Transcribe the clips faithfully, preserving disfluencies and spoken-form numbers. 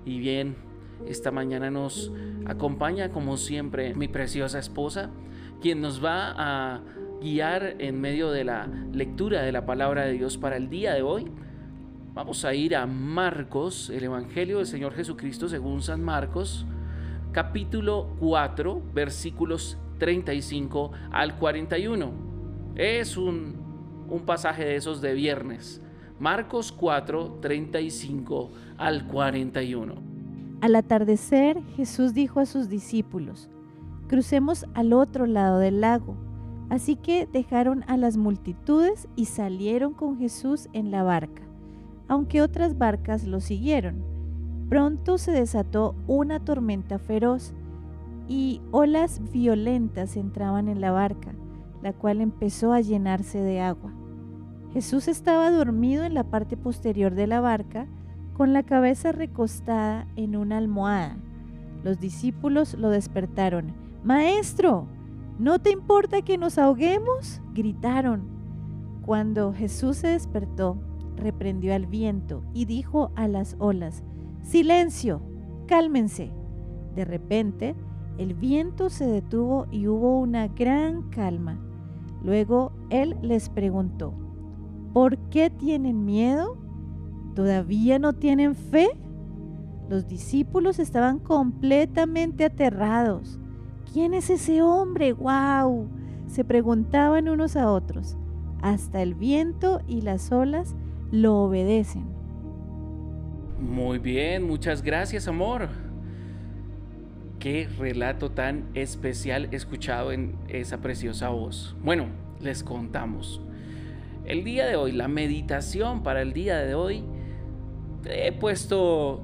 Y bien, esta mañana nos acompaña como siempre mi preciosa esposa, quien nos va a guiar en medio de la lectura de la palabra de Dios para el día de hoy. Vamos a ir a Marcos, el Evangelio del Señor Jesucristo según San Marcos, capítulo cuatro, versículos treinta y cinco al cuarenta y uno. Es un, un pasaje de esos de viernes. Marcos cuatro, treinta y cinco al cuarenta y uno. Al atardecer, Jesús dijo a sus discípulos: crucemos al otro lado del lago. Así que dejaron a las multitudes y salieron con Jesús en la barca, aunque otras barcas lo siguieron. Pronto se desató una tormenta feroz y olas violentas entraban en la barca, la cual empezó a llenarse de agua. Jesús estaba dormido en la parte posterior de la barca, con la cabeza recostada en una almohada. Los discípulos lo despertaron. «Maestro, ¿no te importa que nos ahoguemos?», gritaron. Cuando Jesús se despertó, reprendió al viento y dijo a las olas: «Silencio, cálmense». De repente, el viento se detuvo y hubo una gran calma. Luego él les preguntó: «¿Por qué tienen miedo? ¿Todavía no tienen fe?». Los discípulos estaban completamente aterrados. «¿Quién es ese hombre? ¡Guau!», se preguntaban unos a otros. Hasta el viento y las olas lo obedecen. Muy bien, muchas gracias, amor. Qué relato tan especial escuchado en esa preciosa voz. Bueno, les contamos. El día de hoy, la meditación para el día de hoy, he puesto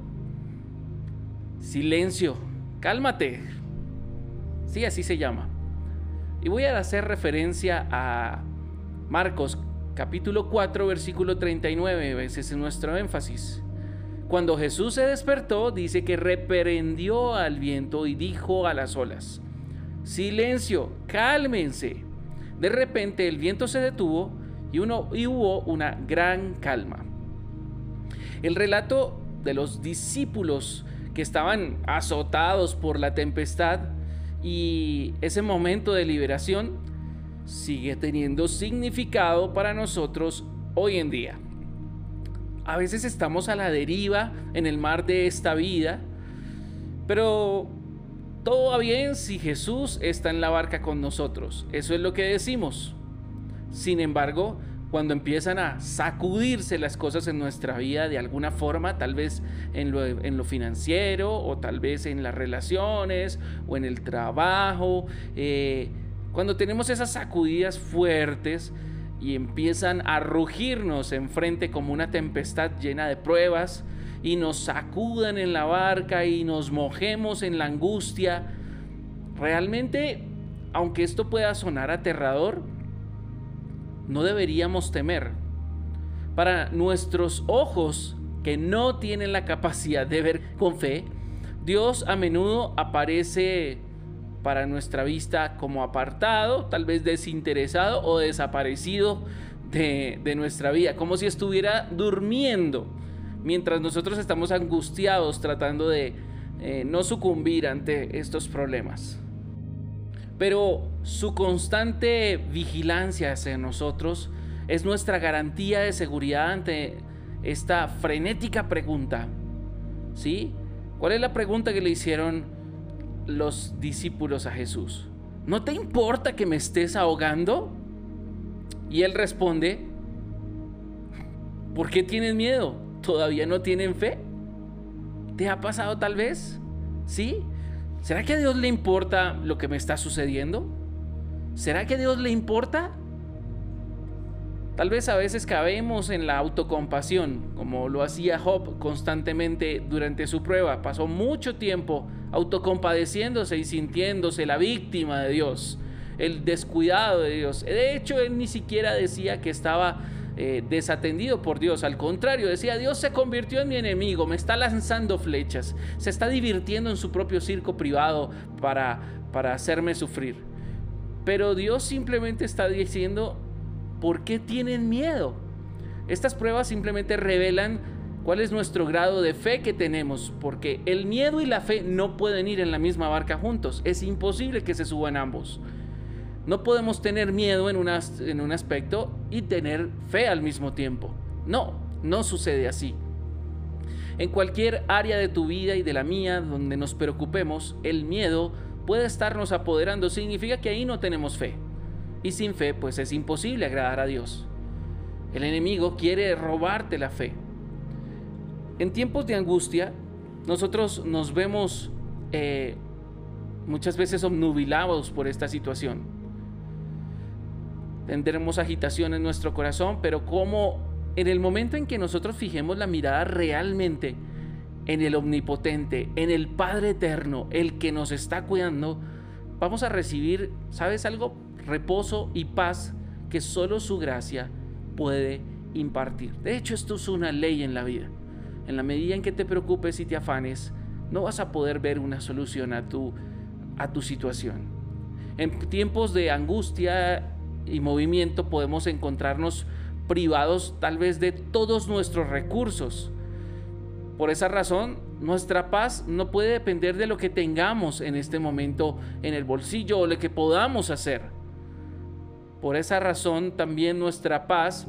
silencio, cálmate. Sí, así se llama. Y voy a hacer referencia a Marcos capítulo cuatro, versículo treinta y nueve, ese es nuestro énfasis. Cuando Jesús se despertó, dice que reprendió al viento y dijo a las olas: «Silencio, cálmense». De repente el viento se detuvo y, uno, y hubo una gran calma. El relato de los discípulos que estaban azotados por la tempestad y ese momento de liberación sigue teniendo significado para nosotros hoy en día. A veces estamos a la deriva en el mar de esta vida, pero todo va bien si Jesús está en la barca con nosotros. Eso es lo que decimos. Sin embargo, cuando empiezan a sacudirse las cosas en nuestra vida de alguna forma, tal vez en lo, en lo financiero, o tal vez en las relaciones, o en el trabajo, eh, cuando tenemos esas sacudidas fuertes y empiezan a rugirnos enfrente como una tempestad llena de pruebas, y nos sacudan en la barca y nos mojemos en la angustia, realmente, aunque esto pueda sonar aterrador, no deberíamos temer. Para nuestros ojos, que no tienen la capacidad de ver con fe, Dios a menudo aparece para nuestra vista como apartado, tal vez desinteresado o desaparecido de, de nuestra vida, como si estuviera durmiendo, mientras nosotros estamos angustiados tratando de eh, no sucumbir ante estos problemas. Pero su constante vigilancia hacia nosotros es nuestra garantía de seguridad ante esta frenética pregunta, ¿sí? ¿Cuál es la pregunta que le hicieron los discípulos a Jesús? ¿No te importa que me estés ahogando? Y él responde: ¿por qué tienen miedo? ¿Todavía no tienen fe? ¿Te ha pasado tal vez? ¿Sí? ¿Será que a Dios le importa lo que me está sucediendo? ¿Será que a Dios le importa? Tal vez a veces caemos en la autocompasión, como lo hacía Job constantemente durante su prueba. Pasó mucho tiempo autocompadeciéndose y sintiéndose la víctima de Dios, el descuidado de Dios. De hecho, él ni siquiera decía que estaba eh, desatendido por Dios. Al contrario, decía: Dios se convirtió en mi enemigo, me está lanzando flechas, se está divirtiendo en su propio circo privado para, para hacerme sufrir. Pero Dios simplemente está diciendo: ¿por qué tienen miedo? Estas pruebas simplemente revelan ¿Cuál es nuestro grado de fe que tenemos? Porque el miedo y la fe no pueden ir en la misma barca juntos. Es imposible que se suban ambos. No podemos tener miedo en, una, en un aspecto y tener fe al mismo tiempo. No, no sucede así. En cualquier área de tu vida y de la mía donde nos preocupemos, el miedo puede estarnos apoderando. Significa que ahí no tenemos fe. Y sin fe, pues es imposible agradar a Dios. El enemigo quiere robarte la fe. En tiempos de angustia, nosotros nos vemos eh, muchas veces obnubilados por esta situación. Tendremos agitación en nuestro corazón, pero como en el momento en que nosotros fijemos la mirada realmente en el Omnipotente, en el Padre Eterno, el que nos está cuidando, vamos a recibir, ¿sabes algo? Reposo y paz que solo su gracia puede impartir. De hecho, esto es una ley en la vida. En la medida en que te preocupes y te afanes, no vas a poder ver una solución a tu, a tu situación. En tiempos de angustia y movimiento podemos encontrarnos privados tal vez de todos nuestros recursos. Por esa razón, nuestra paz no puede depender de lo que tengamos en este momento en el bolsillo o lo que podamos hacer. Por esa razón, también nuestra paz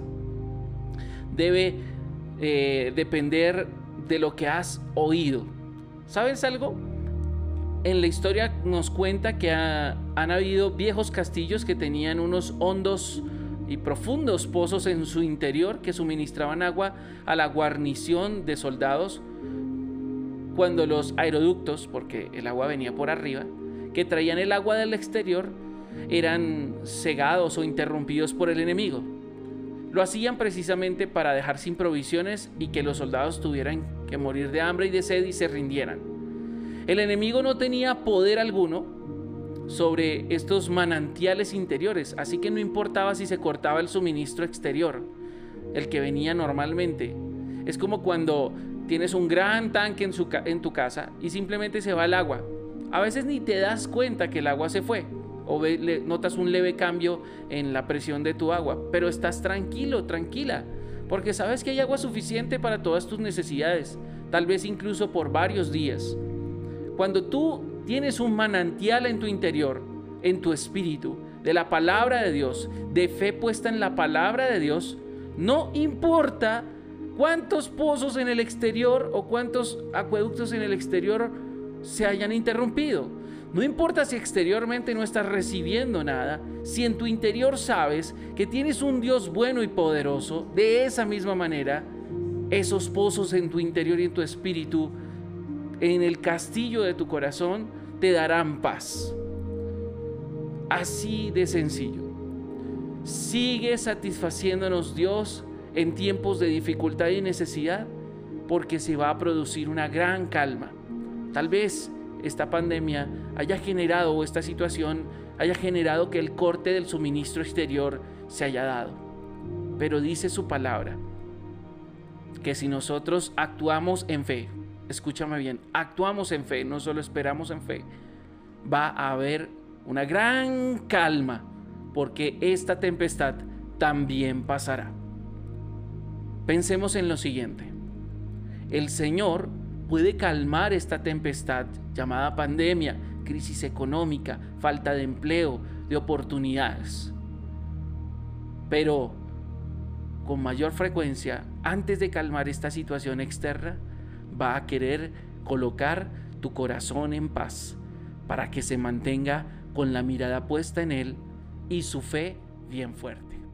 debe Eh, depender de lo que has oído. ¿Sabes algo? En la historia nos cuenta que ha, han habido viejos castillos que tenían unos hondos y profundos pozos en su interior que suministraban agua a la guarnición de soldados cuando los aeroductos, porque el agua venía por arriba, que traían el agua del exterior, eran cegados o interrumpidos por el enemigo. Lo hacían precisamente para dejar sin provisiones y que los soldados tuvieran que morir de hambre y de sed y se rindieran. El enemigo no tenía poder alguno sobre estos manantiales interiores, así que no importaba si se cortaba el suministro exterior, el que venía normalmente. Es como cuando tienes un gran tanque en, su, en tu casa y simplemente se va el agua. A veces ni te das cuenta que el agua se fue. O ve, le, notas un leve cambio en la presión de tu agua, pero estás tranquilo, tranquila, porque sabes que hay agua suficiente para todas tus necesidades, tal vez incluso por varios días. Cuando tú tienes un manantial en tu interior, en tu espíritu, de la palabra de Dios, de fe puesta en la palabra de Dios, no importa cuántos pozos en el exterior o cuántos acueductos en el exterior se hayan interrumpido. No importa si exteriormente no estás recibiendo nada, si en tu interior sabes que tienes un Dios bueno y poderoso, de esa misma manera, esos pozos en tu interior y en tu espíritu, en el castillo de tu corazón, te darán paz. Así de sencillo. Sigue satisfaciéndonos Dios en tiempos de dificultad y necesidad, porque se va a producir una gran calma. Tal vez esta pandemia haya generado, o esta situación haya generado que el corte del suministro exterior se haya dado. Pero dice su palabra que si nosotros actuamos en fe, escúchame bien, actuamos en fe, no solo esperamos en fe, va a haber una gran calma, porque esta tempestad también pasará. Pensemos en lo siguiente: el Señor puede calmar esta tempestad llamada pandemia, crisis económica, falta de empleo, de oportunidades. Pero con mayor frecuencia, antes de calmar esta situación externa, va a querer colocar tu corazón en paz para que se mantenga con la mirada puesta en Él y su fe bien fuerte.